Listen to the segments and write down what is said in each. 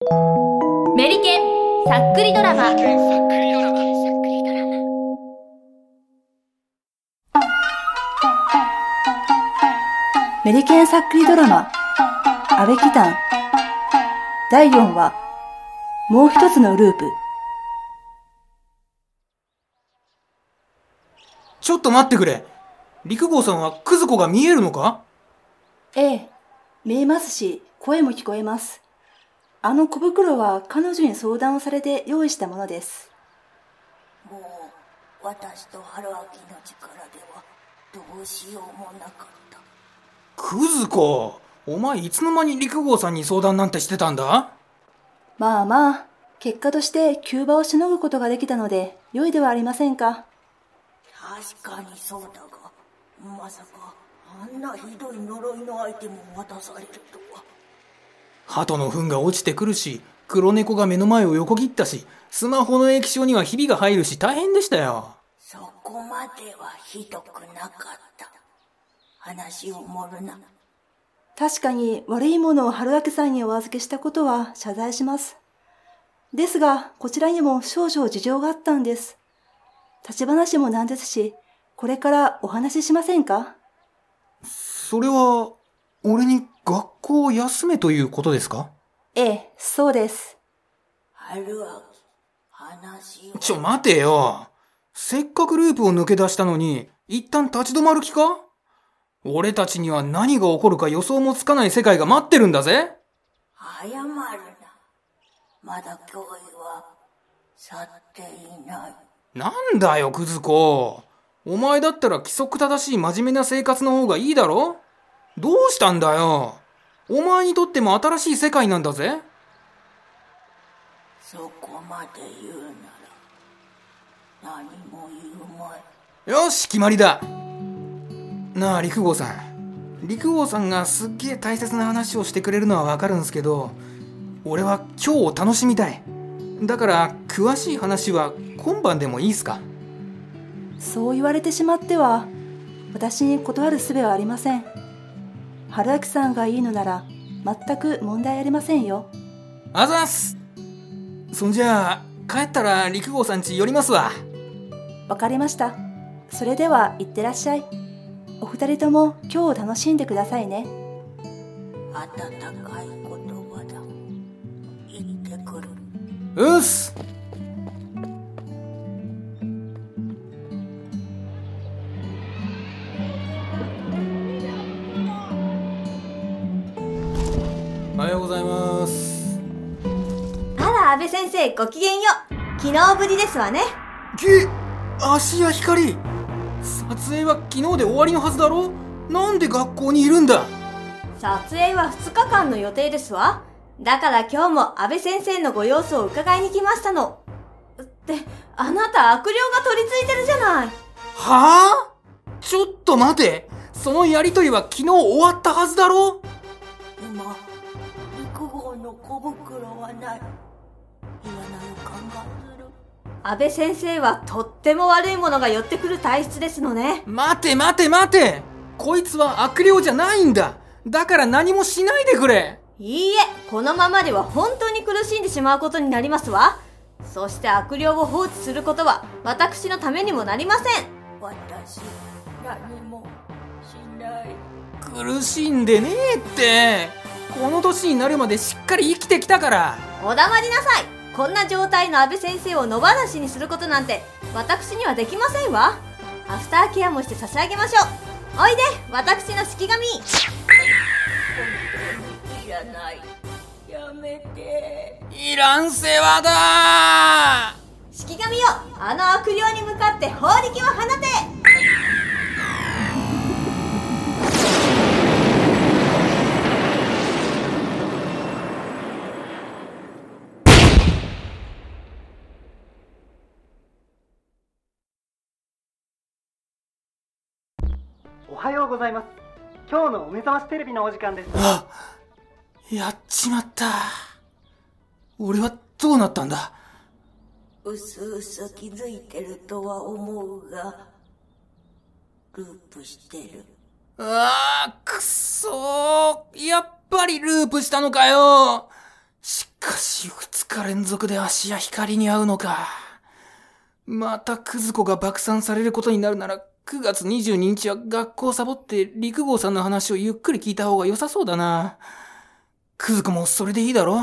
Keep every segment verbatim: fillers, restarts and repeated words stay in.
メリケンさっくりドラマ。 メリケンさっくりドラマ阿部奇譚だいよんわ、もう一つのループ。 ちょっと待ってくれ。陸郷さんはクズ子が見えるのか？ ええ、見えますし声も聞こえます。あの小袋は彼女に相談をされて用意したものです。 もう私と春秋の力ではどうしようもなかった。 クズ子、お前いつの間に陸郷さんに相談なんてしてたんだ？ まあまあ、結果として急場をしのぐことができたので良いではありませんか。 確かにそうだが、まさかあんなひどい呪いのアイテムを渡されるとは。 鳩の糞が落ちてくるし、黒猫が目の前を横切ったし、スマホの液晶にはひびが入るし大変でしたよ。 そこまではひどくなかった。話を盛るな。 確かに悪いものを春明さんにお預けしたことは謝罪します。ですが、こちらにも少々事情があったんです。立ち話もなんですし、これからお話ししませんか？ それは、俺に学校を休めということですか？ ええ、そうです。 春明、話を。 ちょ待てよ。せっかくループを抜け出したのに、一旦立ち止まる気か？俺たちには何が起こるか予想もつかない世界が待ってるんだぜ。 謝るな。まだ脅威は去っていない。 なんだよクズ子。お前だったら規則正しい真面目な生活の方がいいだろ？どうしたんだよ。お前にとっても新しい世界なんだぜ。 そこまで言うなら何も言うまい。 よし決まりだ。なあ陸郷さん、陸郷さんがすっげえ大切な話をしてくれるのはわかるんすけど、俺は今日を楽しみたい。だから詳しい話は今晩でもいいっすか？ そう言われてしまっては私に断る術はありません。春明さんがいいのなら全く問題ありませんよ。 あざっす。そんじゃあ帰ったら陸郷さん家寄りますわ。 わかりました。それでは行ってらっしゃい。お二人とも今日を楽しんでくださいね。 温かい言葉だ。行ってくる。 うっす。おはようございます。 あら、安倍先生、ごきげんよう。昨日ぶりですわね。 き、足や光。撮影は昨日で終わりのはずだろ？なんで学校にいるんだ？ 撮影はふつかかんの予定ですわ。だから今日も安倍先生のご様子を伺いに来ましたの。って、あなた悪霊が取り付いてるじゃない。 はぁ？ちょっと待て。そのやりとりは昨日終わったはずだろ？ 今、陸郷の小袋はない。嫌な予感がする。 安倍先生はとっても悪いものが寄ってくる体質ですのね。 待て待て待て。こいつは悪霊じゃないんだ。だから何もしないでくれ。 いいえ、このままでは本当に苦しんでしまうことになりますわ。そして悪霊を放置することは私のためにもなりません。 私、何もしない。 苦しんでねえって。この年になるまでしっかり生きてきたから。 お黙りなさい。こんな状態の安倍先生を野放しにすることなんて私にはできませんわ。アフターケアもして差し上げましょう。おいで、私の式神。 いらない。やめて。 いらん世話だ。 式神よ、あの悪霊に向かって法力を放て。 おはようございます。今日のお目覚ましテレビのお時間です。 あ、やっちまった。俺はどうなったんだ？ うすうす気づいてるとは思うが、ループしてる。 あー、くそー。やっぱりループしたのかよ。 しかし二日連続で足や光に会うのか。またクズ子が爆散されることになるなら、くがつにじゅうににちは学校サボって陸郷さんの話をゆっくり聞いた方が良さそうだな。クズ子もそれでいいだろ。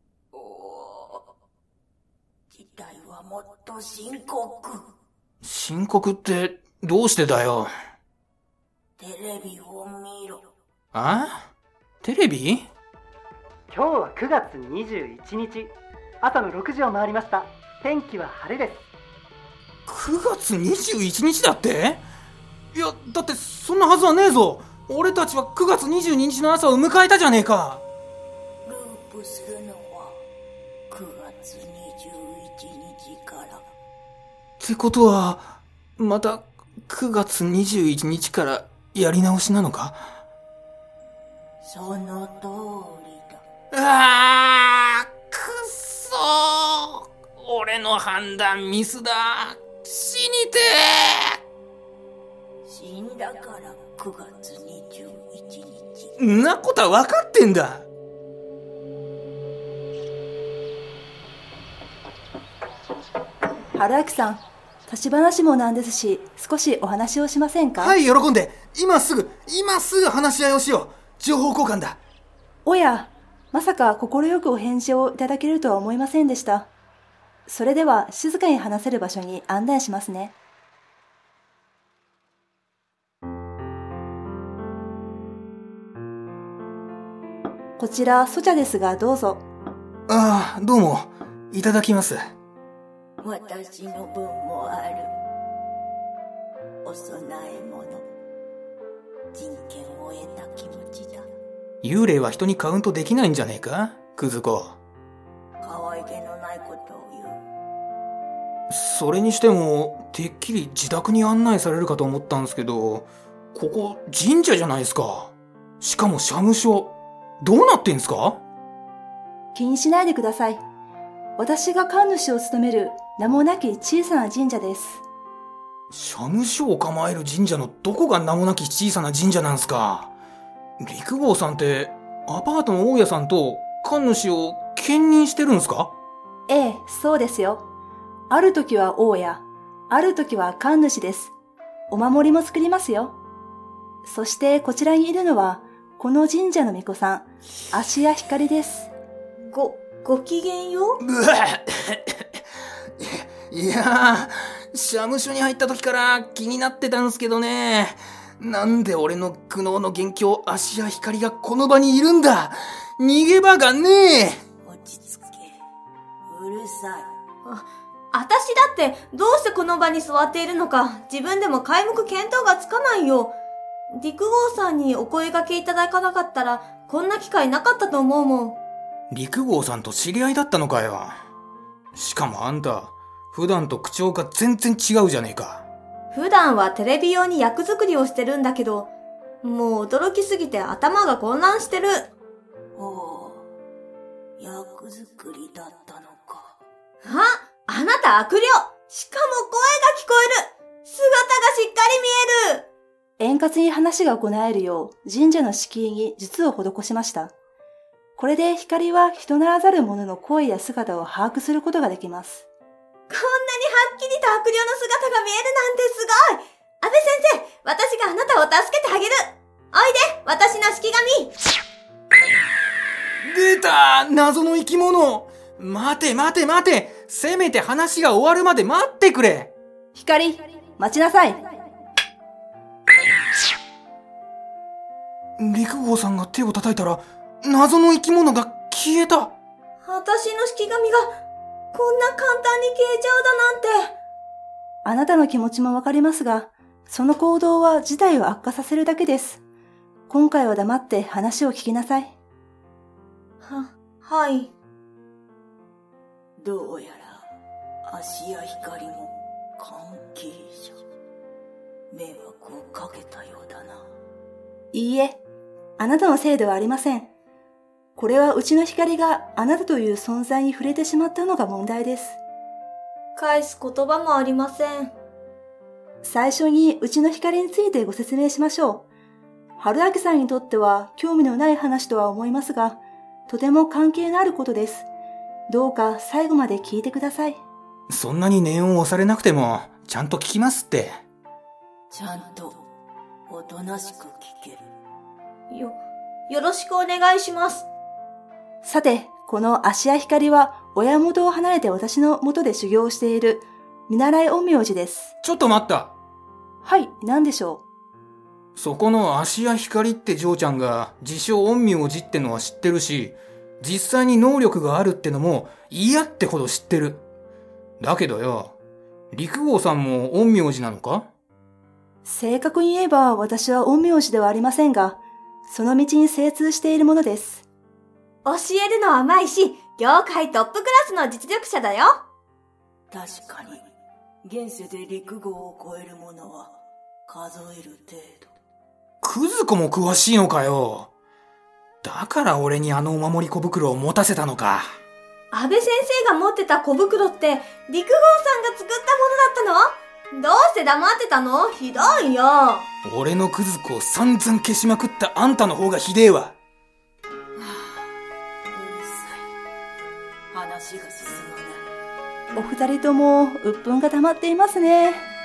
事態はもっと深刻。 深刻ってどうしてだよ。 テレビを見ろ。 あ？テレビ？ 今日はくがつにじゅういちにち、朝のろくじを回りました。天気は晴れです。 くがつにじゅういちにちだって？いや、だってそんなはずはねえぞ。俺たちはくがつにじゅうににちの朝を迎えたじゃねえか。 ループするのはくがつにじゅういちにちから。 ってことは、またくがつにじゅういちにちからやり直しなのか？ その通りだ。 あー、くっそー。俺の判断ミスだ。死にてー。死んだからくがつにじゅういちにち。 んなことは分かってんだ。 春明さん、立ち話もなんですし、少しお話をしませんか？ はい、喜んで。今すぐ、今すぐ話し合いをしよう。情報交換だ。 おや、まさか快くお返事をいただけるとは思いませんでした。それでは静かに話せる場所に案内しますね。こちらソチャですがどうぞ。 ああ、どうも。いただきます。 私の分もある。お供え物。人権を得た気持ちだ。 幽霊は人にカウントできないんじゃねえか、クズ子。 可愛げのないことを言う。 それにしても、てっきり自宅に案内されるかと思ったんですけど、ここ神社じゃないですか。しかも社務所。どうなってんすか？ 気にしないでください。私が神主を務める名もなき小さな神社です。 社務所を構える神社のどこが名もなき小さな神社なんすか？陸郷さんってアパートの大家さんと神主を兼任してるんすか？ ええ、そうですよ。ある時は大家、ある時は神主です。お守りも作りますよ。そしてこちらにいるのはこの神社の巫女さん、芦屋ひかりです。 ご、ごきげんよう？ うわいやー、社務所に入った時から気になってたんすけどね。なんで俺の苦悩の元凶、芦屋ひかりがこの場にいるんだ。逃げ場がねえ。 落ち着け。うるさい。 あ、私だってどうしてこの場に座っているのか自分でも皆目見当がつかないよ。陸郷さんにお声掛けいただかなかったらこんな機会なかったと思うもん。 陸郷さんと知り合いだったのかよ。しかもあんた、普段と口調が全然違うじゃねえか。 普段はテレビ用に役作りをしてるんだけど、もう驚きすぎて頭が混乱してる。 おお、役作りだったのか。 あ、あなた悪霊。しかも声が聞こえる。姿がしっかり見える。 円滑に話が行えるよう神社の敷居に術を施しました。これで光は人ならざる者の声や姿を把握することができます。 こんなにはっきりと悪霊の姿が見えるなんてすごい。安倍先生、私があなたを助けてあげる。おいで、私の式神。 出た、謎の生き物。待て待て待て。せめて話が終わるまで待ってくれ。 光、待ちなさい。 陸郷さんが手を叩いたら謎の生き物が消えた。 私の式神がこんな簡単に消えちゃうだなんて。 あなたの気持ちもわかりますが、その行動は事態を悪化させるだけです。今回は黙って話を聞きなさい。 は、はい。 どうやら芦屋ひかりも関係者。迷惑をかけたようだな。 いいえ、あなたのせいではありません。これはうちの光があなたという存在に触れてしまったのが問題です。 返す言葉もありません。 最初にうちの光についてご説明しましょう。春明さんにとっては興味のない話とは思いますが、 とても関係のあることです。どうか最後まで聞いてください。 そんなに念を押されなくても、ちゃんと聞きますって。 ちゃんと、おとなしく聞ける。 よ、よろしくお願いします。 さて、この芦屋ひかりは、親元を離れて私の元で修行している、見習い陰陽師です。 ちょっと待った。 はい、何でしょう。そこの芦屋ひかりって嬢ちゃんが、自称陰陽師ってのは知ってるし、実際に能力があるってのも嫌ってほど知ってる。だけどよ、陸王さんも陰陽師なのか？ 正確に言えば私は陰陽師ではありませんが、その道に精通しているものです。 教えるのは甘いし、業界トップクラスの実力者だよ。 確かに、現世で陸王を超えるものは数える程度。 クズ子も詳しいのかよ。だから俺にあのお守り小袋を持たせたのか。 安倍先生が持ってた小袋って陸王さんが作ったものだったの？どうして黙ってたの？ひどいよ。 俺のクズ子を散々消しまくったあんたの方がひでえわ。はあ、うるさい。話が進まない。 お二人とも鬱憤が溜まっていますね。